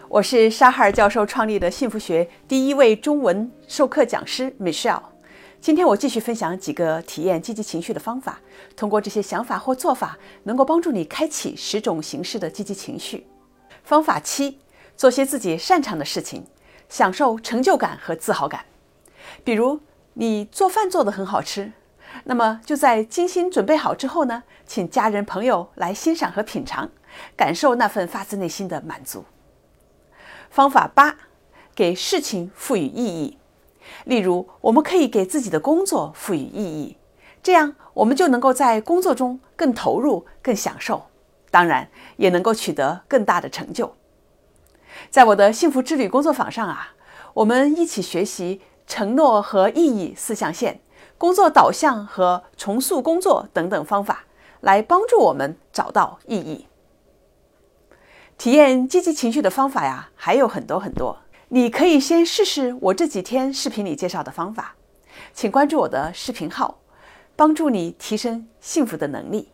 我是沙哈尔教授创立的幸福学第一位中文授课讲师 Michelle。今天我继续分享几个体验积极情绪的方法，通过这些想法或做法，能够帮助你开启10种形式的积极情绪。方法7：做些自己擅长的事情，享受成就感和自豪感。比如你做饭做得很好吃，那么就在精心准备好之后呢，请家人朋友来欣赏和品尝，感受那份发自内心的满足。方法8：给事情赋予意义。例如，我们可以给自己的工作赋予意义，这样我们就能够在工作中更投入、更享受，当然也能够取得更大的成就。在我的幸福之旅工作坊上我们一起学习承诺和意义4象限、工作导向和重塑工作等等方法，来帮助我们找到意义。体验积极情绪的方法还有很多。你可以先试试我这几天视频里介绍的方法，请关注我的视频号，帮助你提升幸福的能力。